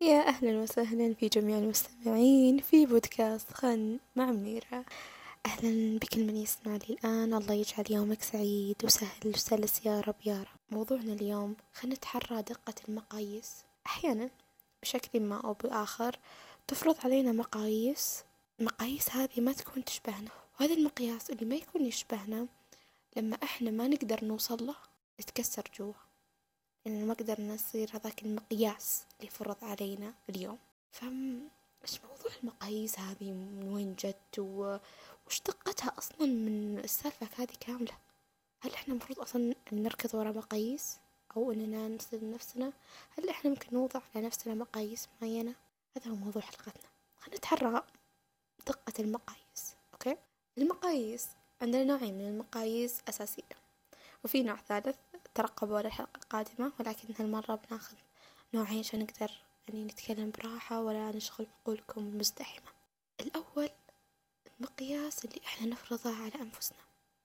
يا أهلا وسهلا في جميع المستمعين في بودكاست خن مع منيرة. أهلا بكل من يسمع لي الآن، الله يجعل يومك سعيد وسهل وسلس يا رب يا رب. موضوعنا اليوم خلينا نتحرى دقة المقاييس. أحيانا بشكل ما أو بآخر تفرض علينا مقاييس هذه ما تكون تشبهنا، وهذا المقياس اللي ما يكون يشبهنا لما إحنا ما نقدر نوصل له نتكسر جوا، إن ما قدرنا نصير هذاك المقياس اللي فرض علينا اليوم. إيش موضوع المقاييس هذه؟ من وين جت وش دقتها أصلا من السالفة هذه كاملة؟ هل إحنا المفروض أصلا نركض ورا مقاييس أو إننا نصل نفسنا؟ هل إحنا ممكن نوضع على نفسنا مقاييس معينة؟ هذا هو موضوع حلقتنا. خلينا نتحرى دقة المقاييس. أوكي، المقاييس عندنا نوعين من المقاييس أساسية، وفي نوع ثالث ترقبوا للحلقة القادمة، ولكن هالمرة بناخذ نوعين عشان نقدر يعني نتكلم براحة ولا نشغل عقولكم المزدحمة. الأول المقياس اللي إحنا نفرضه على أنفسنا،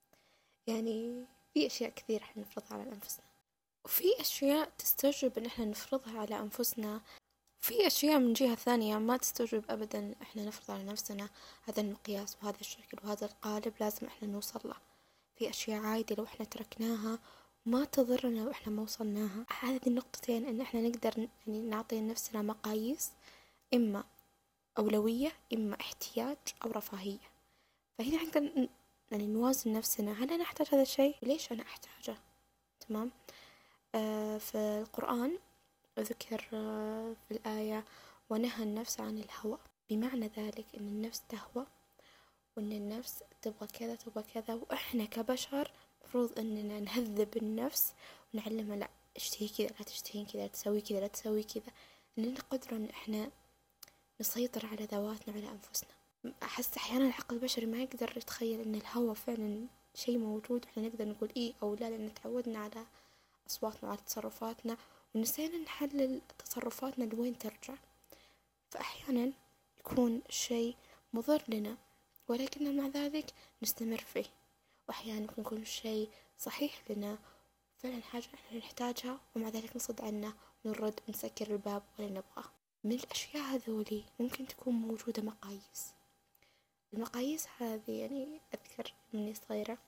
يعني في أشياء كثير إحنا نفرضها على أنفسنا، وفي أشياء تستوجب إن إحنا نفرضها على أنفسنا، وفي أشياء من جهة ثانية ما تستوجب أبدا إحنا نفرض على نفسنا هذا المقياس وهذا الشكل وهذا القالب لازم إحنا نوصل له. في أشياء عادي لو إحنا تركناها ما تضرنا لو إحنا ما وصلناها. هذه النقطتين إن إحنا نقدر يعني نعطي لنفسنا مقاييس، إما أولوية إما احتياج أو رفاهية. فهنا نقدر يعني نوازن نفسنا، هل أنا أحتاج هذا الشيء؟ ليش أنا أحتاجه؟ تمام. في القرآن ذكر في الآية ونهى النفس عن الهوى، بمعنى ذلك أن النفس تهوى وأن النفس تبغى كذا تبغى كذا، وإحنا كبشر مفروض أننا نهذب النفس ونعلمها لا اشتهي كذا لا تشتهين كذا، لا تسوي كذا لا تسوي كذا. لنا قدرة أن إحنا نسيطر على ذواتنا وعلى أنفسنا. أحس أحيانا العقل البشري ما يقدر يتخيل أن الهوى فعلا شيء موجود وإحنا نقدر نقول إيه أو لا، لأن تعودنا على أصواتنا وعلى تصرفاتنا ونسينا نحلل تصرفاتنا لوين ترجع. فأحيانا يكون الشيء مضر لنا ولكن مع ذلك نستمر فيه، وأحيانا يكون الشيء صحيح لنا فعلا حاجة إحنا نحتاجها ومع ذلك نصد عنه ونرد ونسكر الباب ولا نبغاه. من الأشياء هذولي ممكن تكون موجودة مقاييس. المقاييس هذه يعني أذكر مني صغيرة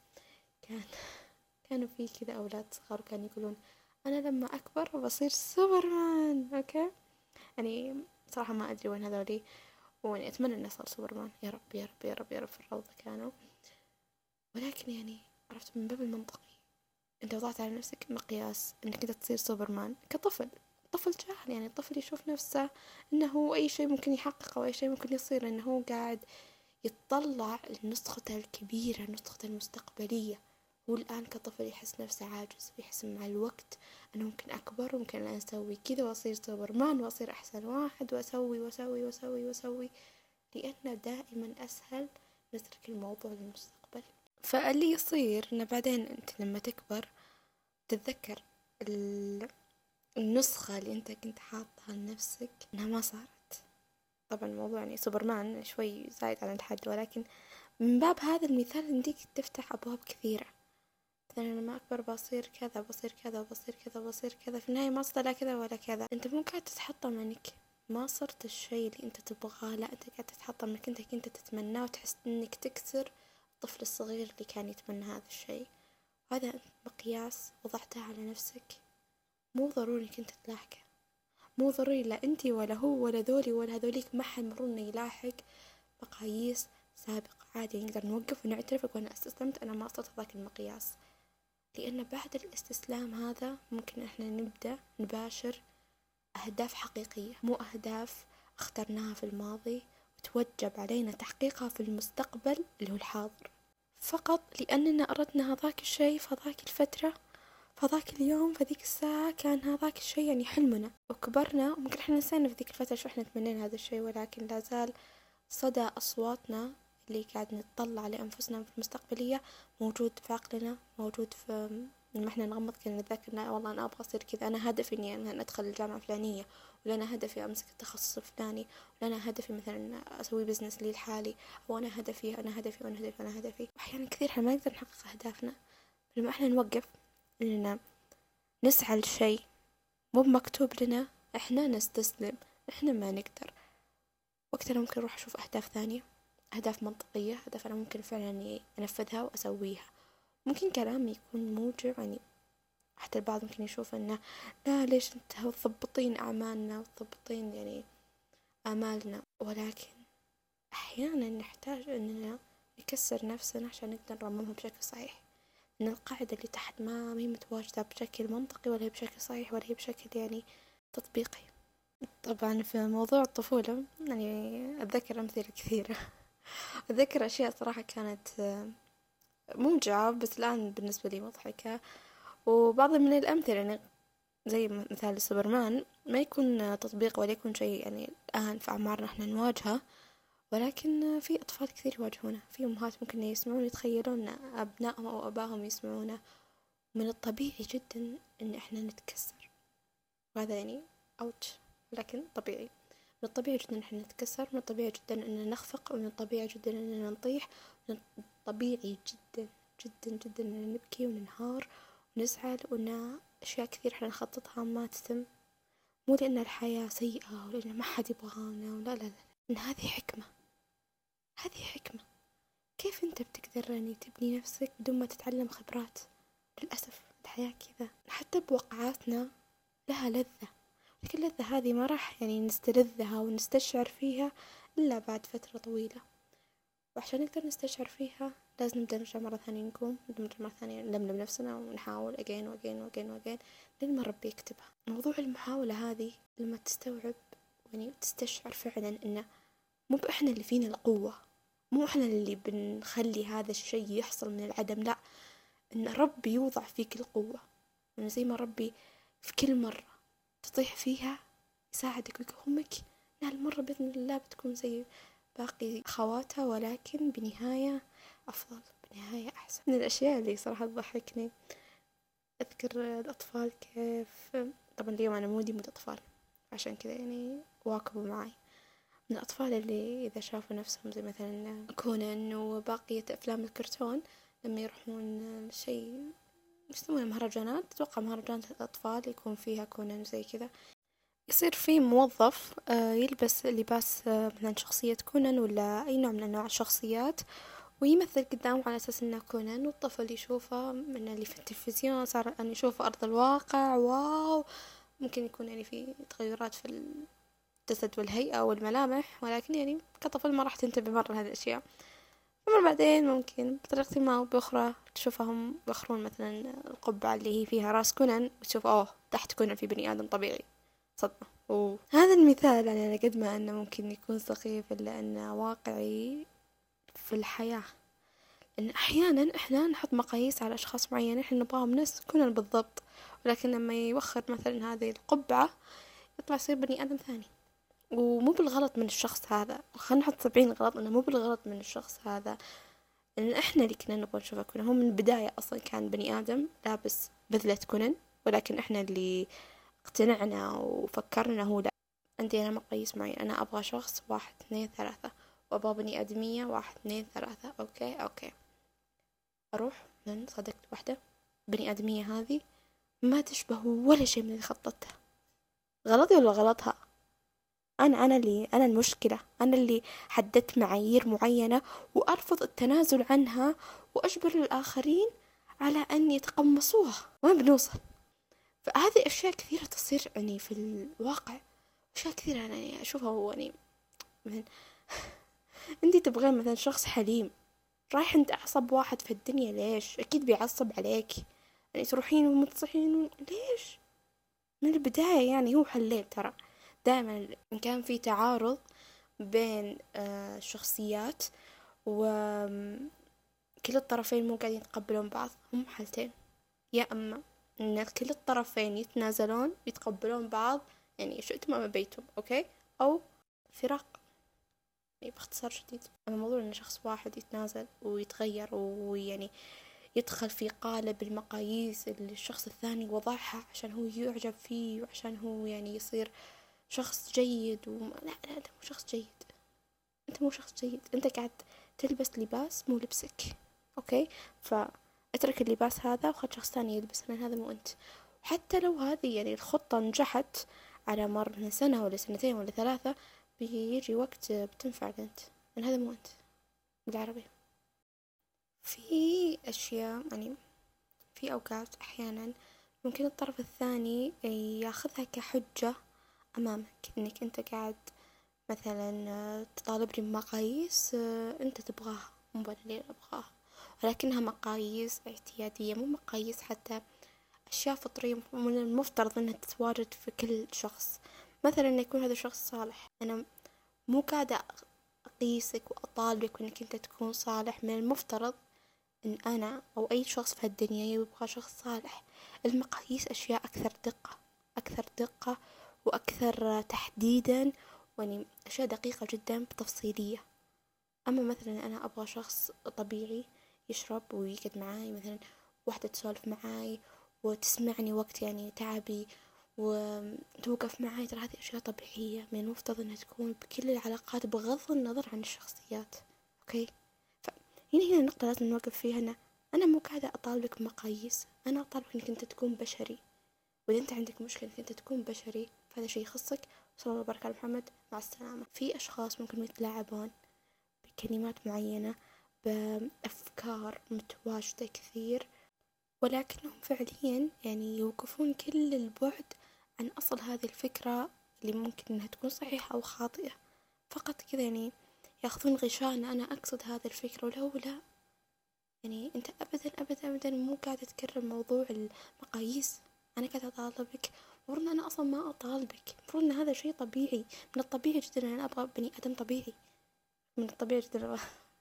كانوا في كذا أولاد صغار كانوا يقولون أنا لما أكبر بصير سوبرمان. أوكي، يعني صراحة ما أدري وين هذولي، وأني أتمنى أن أصير سوبرمان، يا رب يا رب يا رب يا رب في الروضة كانوا. ولكن يعني عرفت من باب المنطقي، أنت وضعت على نفسك مقياس أنك أنت تصير سوبرمان كطفل، طفل جاهل، يعني الطفل يشوف نفسه أنه أي شيء ممكن يحققه وأي شيء ممكن يصير، لأنه هو قاعد يتطلع لنسخته الكبيرة نسخته المستقبلية. هو الآن كطفل يحس نفسه عاجز، ويحس مع الوقت أنه ممكن أكبر وممكن أن أسوي كذا وأصير سوبرمان وأصير أحسن واحد وأسوي وأسوي وأسوي وأسوي، لأنه دائما أسهل نترك الموضوع للمستقبل. فاللي يصير إنه بعدين أنت لما تكبر تتذكر النسخة اللي أنت كنت حاطها لنفسك إنها ما صارت. طبعا الموضوع يعني سوبرمان شوي زايد عن الحد، ولكن من باب هذا المثال يمديك تفتح أبواب كثيرة. مثلا لما أكبر بصير كذا بصير كذا بصير كذا بصير كذا، في النهاية ما صار لا كذا ولا كذا. أنت مو قاعد تتحطم إنك ما صرت الشيء اللي أنت تبغاه، لا أنت قاعد تتحطم إنك أنت كنت تتمناه وتحس إنك تكسر الطفل الصغير اللي كان يتمنى هذا الشيء. وهذا مقياس وضعته على نفسك، مو ضروري إنك أنت تلاحقه، مو ضروري لا أنتي ولا هو ولا ذولي ولا هذوليك ما حد مرون يلاحق مقاييس سابقة. عادي نقدر نوقف ونعترف وأنا استسلمت، أنا ما وصلت ذاك المقياس، لأن بعد الاستسلام هذا ممكن إحنا نبدأ نباشر أهداف حقيقية، مو أهداف اخترناها في الماضي وتوجب علينا تحقيقها في المستقبل اللي هو الحاضر، فقط لأننا أردنا هذاك الشيء فذاك الفترة فذاك اليوم فذيك الساعة كان هذاك الشيء يعني حلمنا، وكبرنا وممكن إحنا نسينا في ذيك الفترة شو إحنا تمنينا هذا الشيء، ولكن لازال صدى أصواتنا اللي قاعد نتطلع لأنفسنا في المستقبلية موجود في عقلنا، موجود في لما إحنا نغمض كنا نتذكر إن والله أنا أبغى أصير كذا، أنا هدفي إني أنا أدخل الجامعة الفلانية، ولا أنا هدفي أمسك التخصص الفلاني، ولا أنا هدفي مثلا أسوي بزنس لي لحالي، أو أنا هدفي أنا هدفي وأنا هدفي وأنا هدفي. وأحيانا كثير إحنا ما نقدر نحقق أهدافنا لما إحنا نوقف إننا نسعى لشيء مو مكتوب لنا، إحنا نستسلم إحنا ما نقدر. وقتها ممكن أروح أشوف أهداف ثانية، أهداف منطقية، أهداف أنا ممكن فعلا إني أنفذها وأسويها. ممكن كلامي يكون موجع، يعني حتى البعض ممكن يشوف إنه لا ليش أنت تضبطين أعمالنا وتضبطين يعني آمالنا، ولكن أحيانا نحتاج إننا نكسر نفسنا عشان نقدر نرممها بشكل صحيح. إن القاعدة اللي تحت ما هي متواجدة بشكل منطقي ولا هي بشكل صحيح ولا هي بشكل يعني تطبيقي. طبعا في موضوع الطفولة يعني أتذكر أمثلة كثيرة. أتذكر أشياء صراحة كانت موجعة بس الآن بالنسبة لي مضحكة. وبعض من الأمثلة يعني زي مثال سوبرمان ما يكون تطبيق ولا يكون شيء يعني الآن في أعمارنا إحنا نواجهه، ولكن في أطفال كثير يواجهونه، في أمهات ممكن يسمعون يتخيلون أبنائهم أو أباهم يسمعونه. من الطبيعي جدا إن إحنا نتكسر، وهذا يعني أوتش، لكن طبيعي. من الطبيعي جدا إن إحنا نتكسر، من الطبيعي جدا إن نخفق، ومن الطبيعي جدا إننا نطيح، من الطبيعي جدا جدا جدا إن نبكي وننهار ونزعل وإن أشياء كثير إحنا نخططها ما تتم. مو لأن الحياة سيئة ولأن ما حد يبغانا، ولا لا لا، إن هذه حكمة، هذه حكمة. كيف أنت بتقدر يعني تبني نفسك بدون ما تتعلم خبرات؟ للأسف الحياة كذا، حتى بوقعاتنا لها لذة، لكن اللذة هذه ما راح يعني نستلذها ونستشعر فيها إلا بعد فترة طويلة. وعشان نقدر نستشعر فيها لازم نبدأ نرجع مرة ثانية، نقوم نرجع مرة ثانية نلملم نفسنا ونحاول again وagain وagain وagain لين ما ربي يكتبها. موضوع المحاولة هذه لما تستوعب يعني تستشعر فعلا إنه مو بإحنا اللي فينا القوة، مو إحنا اللي بنخلي هذا الشيء يحصل من العدم، لا، إن ربي يوضع فيك القوة. يعني زي ما ربي في كل مرة تطيح فيها يساعدك ويقومك، هالمرة بإذن الله بتكون زي باقي أخواتها ولكن بنهاية أفضل، بنهاية أحسن. من الأشياء اللي صراحة تضحكني أذكر الأطفال كيف، طبعا اليوم أنا مودي مود أطفال عشان كذا يعني واكبوا معي. من الأطفال اللي إذا شافوا نفسهم زي مثلا كونان وباقية أفلام الكرتون لما يروحون شيء يسمونه مهرجانات، أتوقع مهرجانات الأطفال يكون فيها كونان زي كذا، يصير في موظف يلبس لباس مثلا شخصية كونان ولا أي نوع من أنواع الشخصيات ويمثل قدامه على أساس إنه كونان، والطفل يشوفه من اللي في التلفزيون صار أن يشوفه أرض الواقع. واو، ممكن يكون يعني في تغيرات في الجسد والهيئة والملامح، ولكن يعني كطفل ما راح تنتبه مرة لهذه الأشياء. أما بعدين ممكن بطريقة ما أو بأخرى تشوفهم بيخرون مثلا القبعة اللي هي فيها راس كونان وتشوف تحت كونان في بني آدم طبيعي، صدمة. هذا المثال يعني على قد ما أنه ممكن يكون سخيف إلا أنه واقعي في الحياة. إن أحيانا إحنا نحط مقاييس على أشخاص معينين إحنا نبغاهم نفس كونان بالضبط، ولكن لما يوخر مثلا هذه القبعة يطلع يصير بني آدم ثاني. ومو بالغلط من الشخص هذا، خلينا نحط 70 غلط، إنه مو بالغلط من الشخص هذا، إن إحنا اللي كنا نبغى نشوفه كونان. هو من البداية أصلا كان بني آدم لابس بذلة كونان، ولكن إحنا اللي اقتنعنا وفكرنا هو لا، عندي أنا مقاييس معين، أنا أبغى شخص 1 2 3، وأبغى بني آدمية 1 2 3. أوكي أروح من صدقت واحدة بني آدمية هذه ما تشبه ولا شيء من اللي خططته. غلطي ولا غلطها؟ أنا المشكلة، أنا اللي حددت معايير معينة وأرفض التنازل عنها وأجبر الآخرين على أن يتقمصوها. وين بنوصل؟ فهذه أشياء كثيرة تصير يعني في الواقع، أشياء كثيرة أنا يعني أشوفها. هو يعني مثلا أنتي تبغين مثلا شخص حليم، رايح عند أعصب واحد في الدنيا، ليش؟ أكيد بيعصب عليك، يعني تروحين ومتصحين ليش؟ من البداية يعني هو حلين. ترى دائما إن كان في تعارض بين الشخصيات وكل الطرفين مو قاعدين يتقبلون بعض، هم حالتين: يا أما إن كل الطرفين يتنازلون يتقبلون بعض، يعني شئتم أم أبيتم، أوكي، أو فراق، يعني باختصار شديد. أما موضوع إن شخص واحد يتنازل ويتغير ويعني يدخل في قالب المقاييس اللي الشخص الثاني وضعها عشان هو يعجب فيه وعشان هو يعني يصير شخص جيد لا أنت مو شخص جيد، أنت مو شخص جيد، أنت قاعد تلبس لباس مو لبسك، أوكي؟ فأترك اللباس هذا وخد شخص ثاني يلبس، لأن هذا مو أنت. حتى لو هذه يعني الخطة نجحت على مر من سنة ولا سنتين ولا ثلاثة بيجي وقت بتنفعك أنت، لأن هذا مو أنت بالعربي. في أشياء يعني في أوقات أحيانا ممكن الطرف الثاني ياخذها كحجة أمامك إنك أنت قاعد مثلا تطالبني بمقاييس أنت تبغاها، مو أنا اللي أبغاها، ولكنها مقاييس اعتيادية، مو مقاييس حتى أشياء فطرية من المفترض أنها تتواجد في كل شخص. مثلا أن يكون هذا الشخص صالح، أنا مو قاعدة أقيسك وأطالبك أنك أنت تكون صالح. من المفترض أن أنا أو أي شخص في الدنيا يبغى شخص صالح. المقاييس أشياء أكثر دقة، أكثر دقة وأكثر تحديدا، يعني أشياء دقيقة جدا بتفصيلية. أما مثلا أنا أبغى شخص طبيعي يشرب ويقعد معاي، مثلا واحدة تسولف معاي وتسمعني وقت يعني تعبي وتوقف معاي، ترى هذه أشياء طبيعية من المفترض أنها تكون بكل العلاقات بغض النظر عن الشخصيات. أوكي، فهنا النقطة لازم نوقف فيها. أنا مو قاعدة أطالبك بمقاييس، أنا أطالبك إنك أنت تكون بشري، وإذا أنت عندك مشكلة إنك أنت تكون بشري فهذا شيء يخصك. صلى الله وبارك على محمد، مع السلامة. في أشخاص ممكن يتلاعبون بكلمات معينة، بأفكار متواجدة كثير، ولكنهم فعليا يعني يوقفون كل البعد عن أصل هذه الفكرة اللي ممكن إنها تكون صحيحة أو خاطئة. فقط كذا يعني ياخذون غشاء أن أنا أقصد هذه الفكرة، ولو لا، يعني أنت أبدا أبدا أبدا مو قاعدة تكرر موضوع المقاييس. أنا قاعدة أطالبك، المفروض أنا أصلا ما أطالبك، المفروض أن هذا شيء طبيعي. من الطبيعي جدا أن أنا أبغى بني آدم طبيعي، من الطبيعي جدا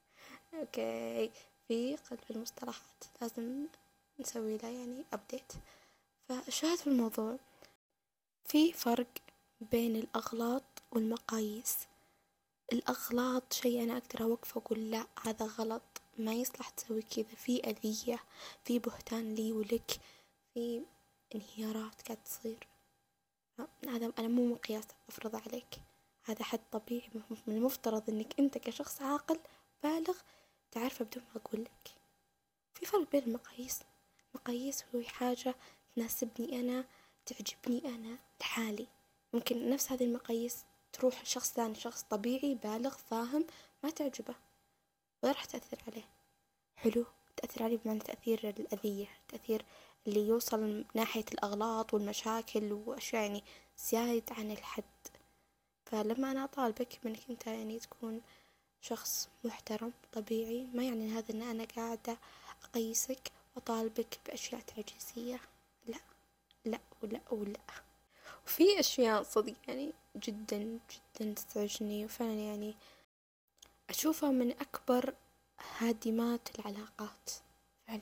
أوكي، في قلب المصطلحات لازم نسوي له يعني أبديت. فالشاهد في الموضوع، في فرق بين الأغلاط والمقاييس. الأغلاط شيء أنا أقدر أوقف أقول لا هذا غلط، ما يصلح تسوي كذا، في أذية، في بهتان لي ولك، في انهيارات قاعد تصير. هذا أنا مو مقياس أفرض عليك، هذا حد طبيعي. من المفترض أنك أنت كشخص عاقل بالغ تعرفه بدون ما أقول لك. في فرق بين المقاييس. مقاييس هو حاجة تناسبني أنا، تعجبني أنا لحالي. ممكن نفس هذه المقاييس تروح لشخص ثاني، شخص طبيعي بالغ فاهم، ما تعجبه ولا راح تأثر عليه. حلو، تأثر عليه بمعنى تأثير الأذية، تأثير اللي يوصل من ناحية الأغلاط والمشاكل وأشياء يعني زايد عن الحد. فلما أنا أطالبك منك أنت يعني تكون شخص محترم طبيعي، ما يعني هذا أن أنا قاعدة أقيسك وأطالبك بأشياء تعجيزية. لا لا ولا ولا. وفي أشياء صدق يعني جدا جدا تزعجني، وفعلا يعني أشوفها من أكبر هادمات العلاقات. فعلا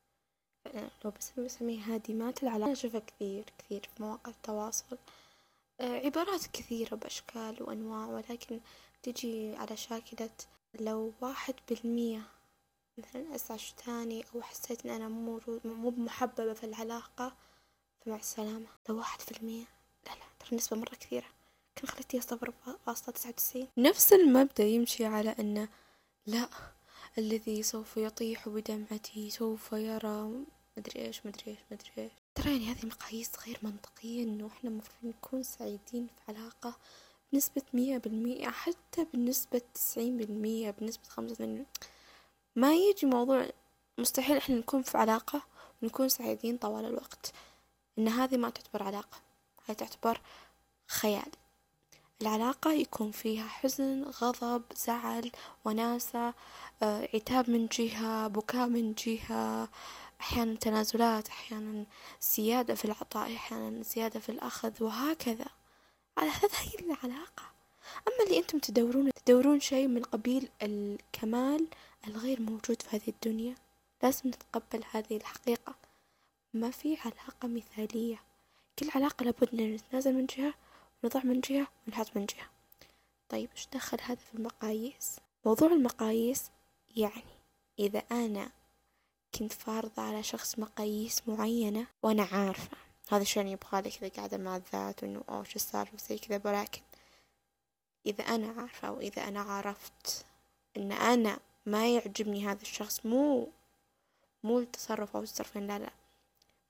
لو بسميها هادمات العلاقات. أنا أشوفها كثير كثير في مواقع التواصل، عبارات كثيرة بأشكال وأنواع، ولكن تجي على شاكلة لو 1% مثلا أزعجتني أو حسيت إن أنا مو محببة في العلاقة، فمع السلامة. لو 1%، لا لا، ترى النسبة مرة كثيرة، كان خليتيها 0.99. نفس المبدأ يمشي على أنه لا، الذي سوف يطيح بدمعتي سوف يرى مدري إيش مدري إيش مدري إيش. ترى يعني هذه مقاييس غير منطقية، إنه إحنا المفروض نكون سعيدين في علاقة بنسبة 100%، حتى بنسبة 90%، بنسبة 85%. ما يجي موضوع مستحيل إحنا نكون في علاقة ونكون سعيدين طوال الوقت. إن هذه ما تعتبر علاقة، هذه تعتبر خيال. العلاقة يكون فيها حزن، غضب، زعل، وناسة، عتاب من جهة، بكاء من جهة، أحيانا تنازلات، أحيانا زيادة في العطاء، أحيانا زيادة في الأخذ، وهكذا. على هذا هي العلاقة. أما اللي أنتم تدورون شيء من قبيل الكمال الغير موجود في هذه الدنيا، لازم نتقبل هذه الحقيقة. ما في علاقة مثالية، كل علاقة لابد أن نتنازل من جهة ونضع من جهة ونحط من جهة. طيب إيش دخل هذا في المقاييس؟ موضوع المقاييس يعني إذا أنا كنت فارضة على شخص مقاييس معينة وأنا عارفة هذا الشيء يعني يبغالي كذا قاعدة مع الذات وإنه أوه شو السالفة زي كذا، ولكن إذا أنا عارفة أو إذا أنا عرفت إن أنا ما يعجبني هذا الشخص، مو التصرف أو التصرفين، لا لا،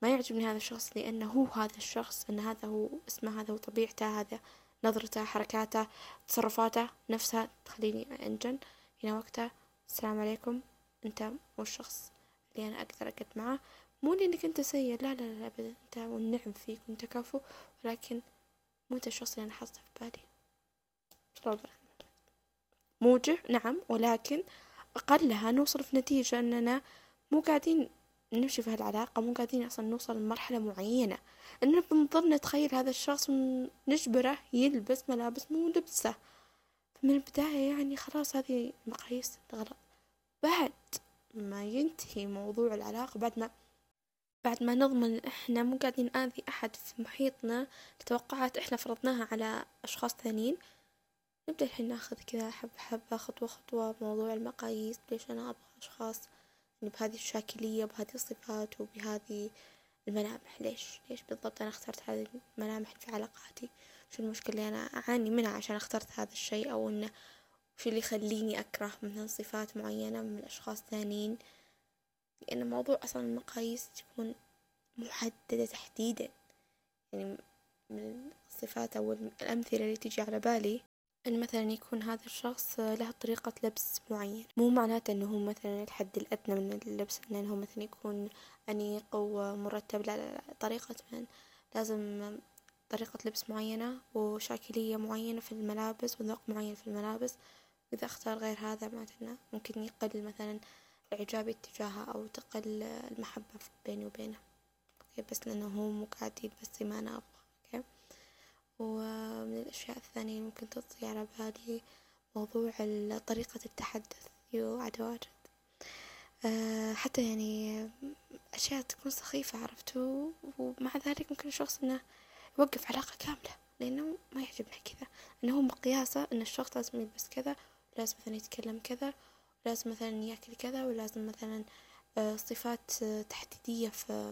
ما يعجبني هذا الشخص لأنه هو هذا الشخص، أن هذا هو اسمه، هذا هو طبيعته، هذا نظرته، حركاته، تصرفاته نفسها تخليني أنجن. هنا وقتها السلام عليكم، أنت مو الشخص اللي أنا أقدر أقعد معاه، مو لأنك أنت سيء، لا لا لا أبدا، أنت والنعم فيك وأنت كفو، ولكن مو أنت الشخص اللي أنا حاطه في بالي. موجع نعم، ولكن أقلها نوصل في نتيجة أننا مو قاعدين نمشي في هالعلاقة، مو قاعدين أصلا نوصل لمرحلة معينة، أننا بنظل نتخيل هذا الشخص ونجبره يلبس ملابس مو لبسه من البداية. يعني خلاص هذه مقاييس غلط. بعد ما ينتهي موضوع العلاقة، بعد ما نضمن إن إحنا مو قاعدين نأذي أحد في محيطنا لتوقعات إحنا فرضناها على أشخاص ثانيين، نبدأ الحين ناخذ كذا حبة حبة، خطوة خطوة بموضوع المقاييس. ليش أنا أبغى أشخاص يعني بهذه الشاكلية، بهذه الصفات وبهذه الملامح؟ ليش بالضبط أنا اخترت هذه الملامح في علاقاتي؟ شو المشكلة اللي أنا أعاني منها عشان اخترت هذا الشيء؟ أو إنه وش اللي يخليني أكره مثلا صفات معينة من أشخاص ثانيين؟ لأن موضوع أصلا المقاييس تكون محددة تحديدا. يعني من الصفات أو الأمثلة اللي تجي على بالي أن مثلا يكون هذا الشخص له طريقة لبس معين، مو معناته أنه مثلا الحد الأدنى من اللبس أنه مثلا يكون أنيق ومرتب، لا لا لا، طريقة من لازم طريقة لبس معينة وشاكلية معينة في الملابس وذوق معين في الملابس. وإذا اختار غير هذا معناته أنه ممكن يقل مثلا إعجابي اتجاهه أو تقل المحبة بيني وبينه، بس لأنه هو مو قاعد يلبس زي ما أنا أبغى. ومن الأشياء الثانية اللي ممكن تطغي على بالي موضوع طريقة التحدث. عاد واجد حتى يعني أشياء تكون سخيفة، عرفتوا، ومع ذلك ممكن الشخص إنه يوقف علاقة كاملة لأنه ما يعجبنا كذا، إنه هو مقياسه إن الشخص لازم يلبس كذا، ولازم مثلا يتكلم كذا، ولازم مثلا ياكل كذا، ولازم مثلا صفات تحديدية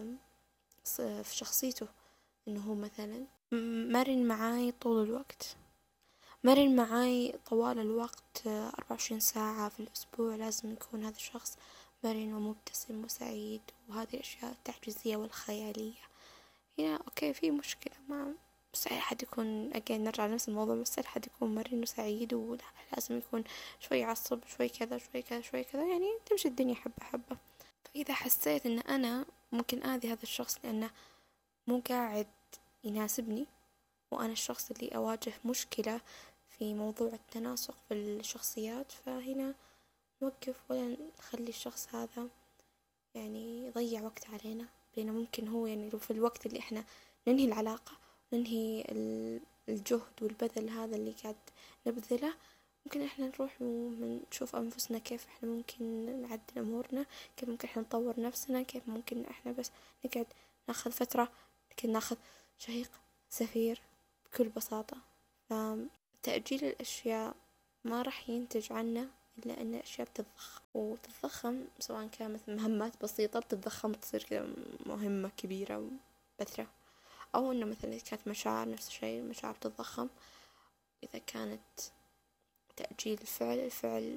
في شخصيته، إنه هو مثلا مرن معاي طول الوقت، مرن معاي طوال الوقت، 24 ساعة في الأسبوع لازم يكون هذا الشخص مرن ومبتسم وسعيد. وهذه الأشياء التعجيزية والخيالية هنا أوكي في مشكلة، ما مستحيل حد يكون نرجع لنفس الموضوع، مستحيل حد يكون مرن وسعيد، ولا لازم يكون شوي يعصب شوي كذا شوي كذا شوي كذا، يعني تمشي الدنيا حبة حبة. فإذا حسيت إن أنا ممكن آذي هذا الشخص لأنه مو قاعد يناسبني، وأنا الشخص اللي أواجه مشكلة في موضوع التناسق في الشخصيات، فهنا نوقف ولا نخلي الشخص هذا يعني يضيع وقت علينا. لأنه ممكن هو يعني لو في الوقت اللي إحنا ننهي العلاقة، ننهي الجهد والبذل هذا اللي قاعد نبذله، ممكن إحنا نروح ونشوف أنفسنا كيف إحنا ممكن نعدل أمورنا، كيف ممكن إحنا نطور نفسنا، كيف ممكن إحنا بس نقعد ناخذ فترة، لكن ناخذ شهيق زفير بكل بساطة. فتأجيل الأشياء ما راح ينتج عنه إلا أن الأشياء وتتضخم، سواء كانت مهمات بسيطة بتتضخم تصير كذا مهمة كبيرة وبثرة، أو إنه مثلا إذا كانت مشاعر نفس الشيء، المشاعر بتتضخم. إذا كانت تأجيل الفعل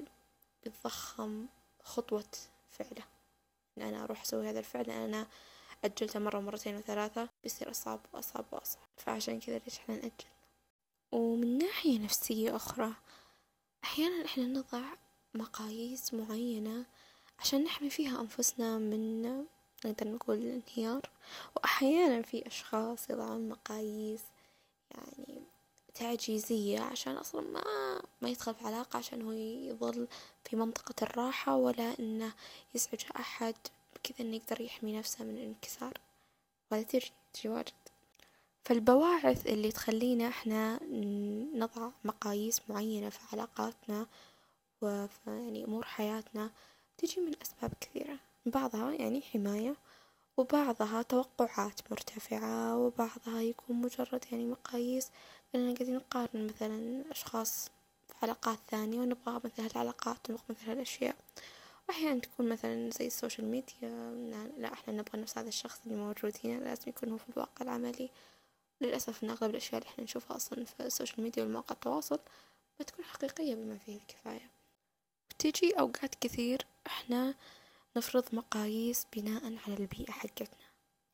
بيتضخم خطوة فعله، إن أنا أروح أسوي هذا الفعل لأن أنا أجلته مرة ومرتين وثلاثة، بيصير أصعب وأصعب وأصعب. فعشان كذا ليش إحنا نأجل. ومن ناحية نفسية أخرى، أحيانا إحنا نضع مقاييس معينة عشان نحمي فيها أنفسنا من نقدر نقول الانهيار، وأحيانا في أشخاص يضعون مقاييس يعني تعجيزية عشان أصلا ما يدخل في علاقة، عشان هو يظل في منطقة الراحة، ولا إنه يزعج أحد كذا، إنه يقدر يحمي نفسه من الانكسار. ولا تجي واجد. فالبواعث اللي تخلينا إحنا نضع مقاييس معينة في علاقاتنا وفي يعني أمور حياتنا تجي من أسباب كثيرة، بعضها يعني حماية، وبعضها توقعات مرتفعة، وبعضها يكون مجرد يعني مقاييس لأننا قاعدين نقارن مثلا أشخاص في علاقات ثانية ونبغى مثل هالعلاقات ونبغى مثل هالأشياء. وأحيانا تكون مثلا زي السوشيال ميديا، لا إحنا نبغى نفس هذا الشخص اللي موجود هنا، لازم يكون هو في الواقع العملي. للأسف إن أغلب الأشياء اللي إحنا نشوفها أصلا في السوشيال ميديا ومواقع التواصل ما تكون حقيقية بما فيه الكفاية. وتيجي أوقات كثير إحنا نفرض مقاييس بناء على البيئة حقتنا،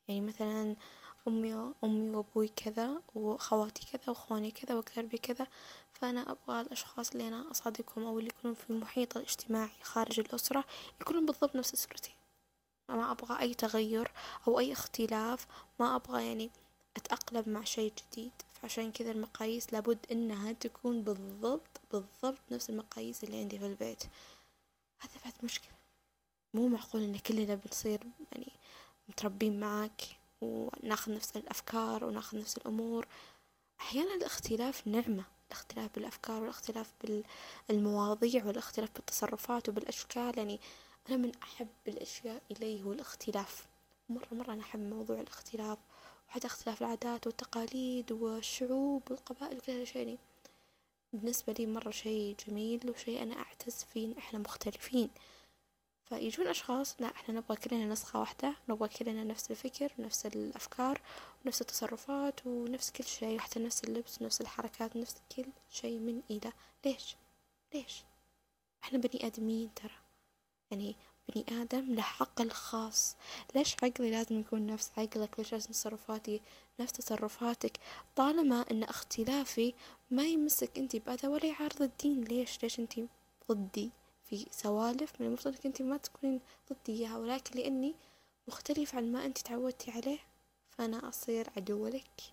يعني مثلا أمي وأبوي كذا وأخواتي كذا وأخواني كذا وأقاربي كذا، فأنا أبغى الأشخاص اللي أنا أصادقهم أو اللي يكونون في المحيط الاجتماعي خارج الأسرة يكونون بالضبط نفس أسرتي. ما أبغى أي تغير أو أي اختلاف، ما أبغى يعني أتأقلم مع شيء جديد. فعشان كذا المقاييس لابد إنها تكون بالضبط نفس المقاييس اللي عندي في البيت. هذا بعد مشكلة، مو معقول إن كلنا بنصير يعني متربين معاك وناخذ نفس الأفكار وناخذ نفس الأمور. أحيانا الاختلاف نعمة، الاختلاف بالأفكار والاختلاف بالمواضيع والاختلاف بالتصرفات وبالأشكال. يعني أنا من أحب الأشياء إلي هو الاختلاف، مرة أنا أحب موضوع الاختلاف، وحتى اختلاف العادات والتقاليد والشعوب والقبائل وكل هذا الشيء. يعني بالنسبة لي مرة شيء جميل وشيء أنا أعتز فيه إن إحنا مختلفين. فيجون أشخاص لا إحنا نبغى كلنا نسخة واحدة، نبغى كلنا نفس الفكر ونفس الأفكار ونفس التصرفات ونفس كل شيء، حتى نفس اللبس ونفس الحركات ونفس كل شيء من إلى. ليش إحنا بني آدمين ترى، يعني بني آدم له عقل خاص. ليش عقلي لازم يكون نفس عقلك؟ ليش لازم تصرفاتي نفس تصرفاتك؟ طالما أن اختلافي ما يمسك أنتي بأذى ولا يعارض الدين، ليش أنتي ضدي في سوالف من المفترض انك انتي ما تكونين ضدي اياها، ولكن لاني مختلف عن ما انتي تعودتي عليه فانا اصير عدو لك.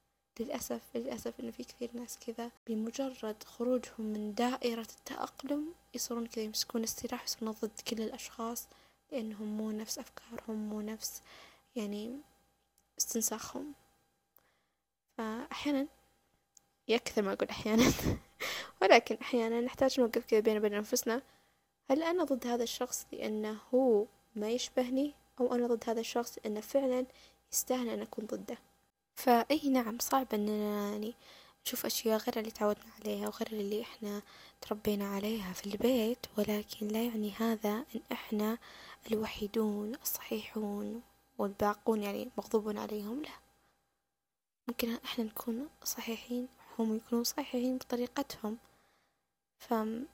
للأسف إنه في كثير ناس كذا بمجرد خروجهم من دائرة التأقلم يصيرون كذا يمسكون السلاح يصيرون ضد كل الأشخاص، لأنهم مو نفس أفكارهم، مو نفس يعني استنساخهم. فأحيانا يكثر ما أقول أحيانا ولكن أحيانا نحتاج نوقف كذا بيننا وبين أنفسنا، هل أنا ضد هذا الشخص لأنه هو ما يشبهني، أو أنا ضد هذا الشخص لأنه فعلا يستاهل أن أكون ضده؟ فأي نعم صعب أننا يعني نشوف أشياء غير اللي تعودنا عليها وغير اللي إحنا تربينا عليها في البيت، ولكن لا يعني هذا أن إحنا الوحيدون الصحيحون والباقون يعني مغضوب عليهم. لا، ممكن إحنا نكون صحيحين وهم يكونوا صحيحين بطريقتهم. فالحمد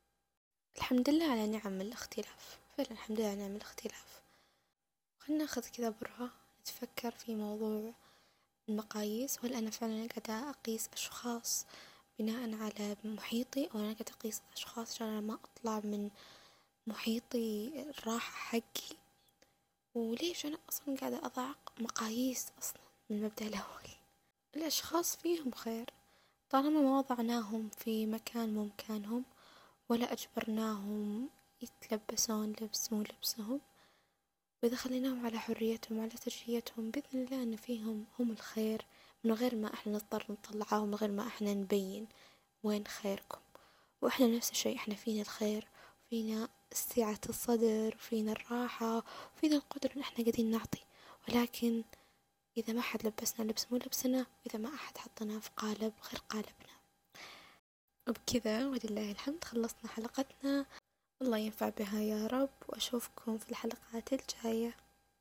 لله على نعم الاختلاف، فعلا الحمد لله على نعم الاختلاف. خلنا ناخذ كذا برهة نتفكر في موضوع المقاييس، وهل أنا فعلا قاعدة أقيس أشخاص بناء على محيطي، أو أنا قاعدة أقيس أشخاص عشان أنا ما أطلع من محيطي الراحة حقي؟ وليش أنا أصلا قاعدة أضع مقاييس أصلا من المبدأ الأول؟ الأشخاص فيهم خير طالما ما وضعناهم في مكان مو مكانهم، ولا أجبرناهم يتلبسون لبس مو لبسهم، وإذا خليناهم على حريتهم وعلى تجريتهم بإذن الله أن فيهم هم الخير، من غير ما إحنا نضطر نطلعهم، من غير ما إحنا نبين وين خيركم. وإحنا نفس الشيء، إحنا فينا الخير، فينا سعة الصدر، وفينا الراحة، وفينا القدرة إن إحنا قاعدين نعطي. ولكن إذا ما حد لبسنا لبس مو لبسنا، وإذا ما أحد حطنا في قالب غير قالبنا. وبكذا ولله الحمد خلصنا حلقتنا، الله ينفع بها يا رب، وأشوفكم في الحلقات الجاية.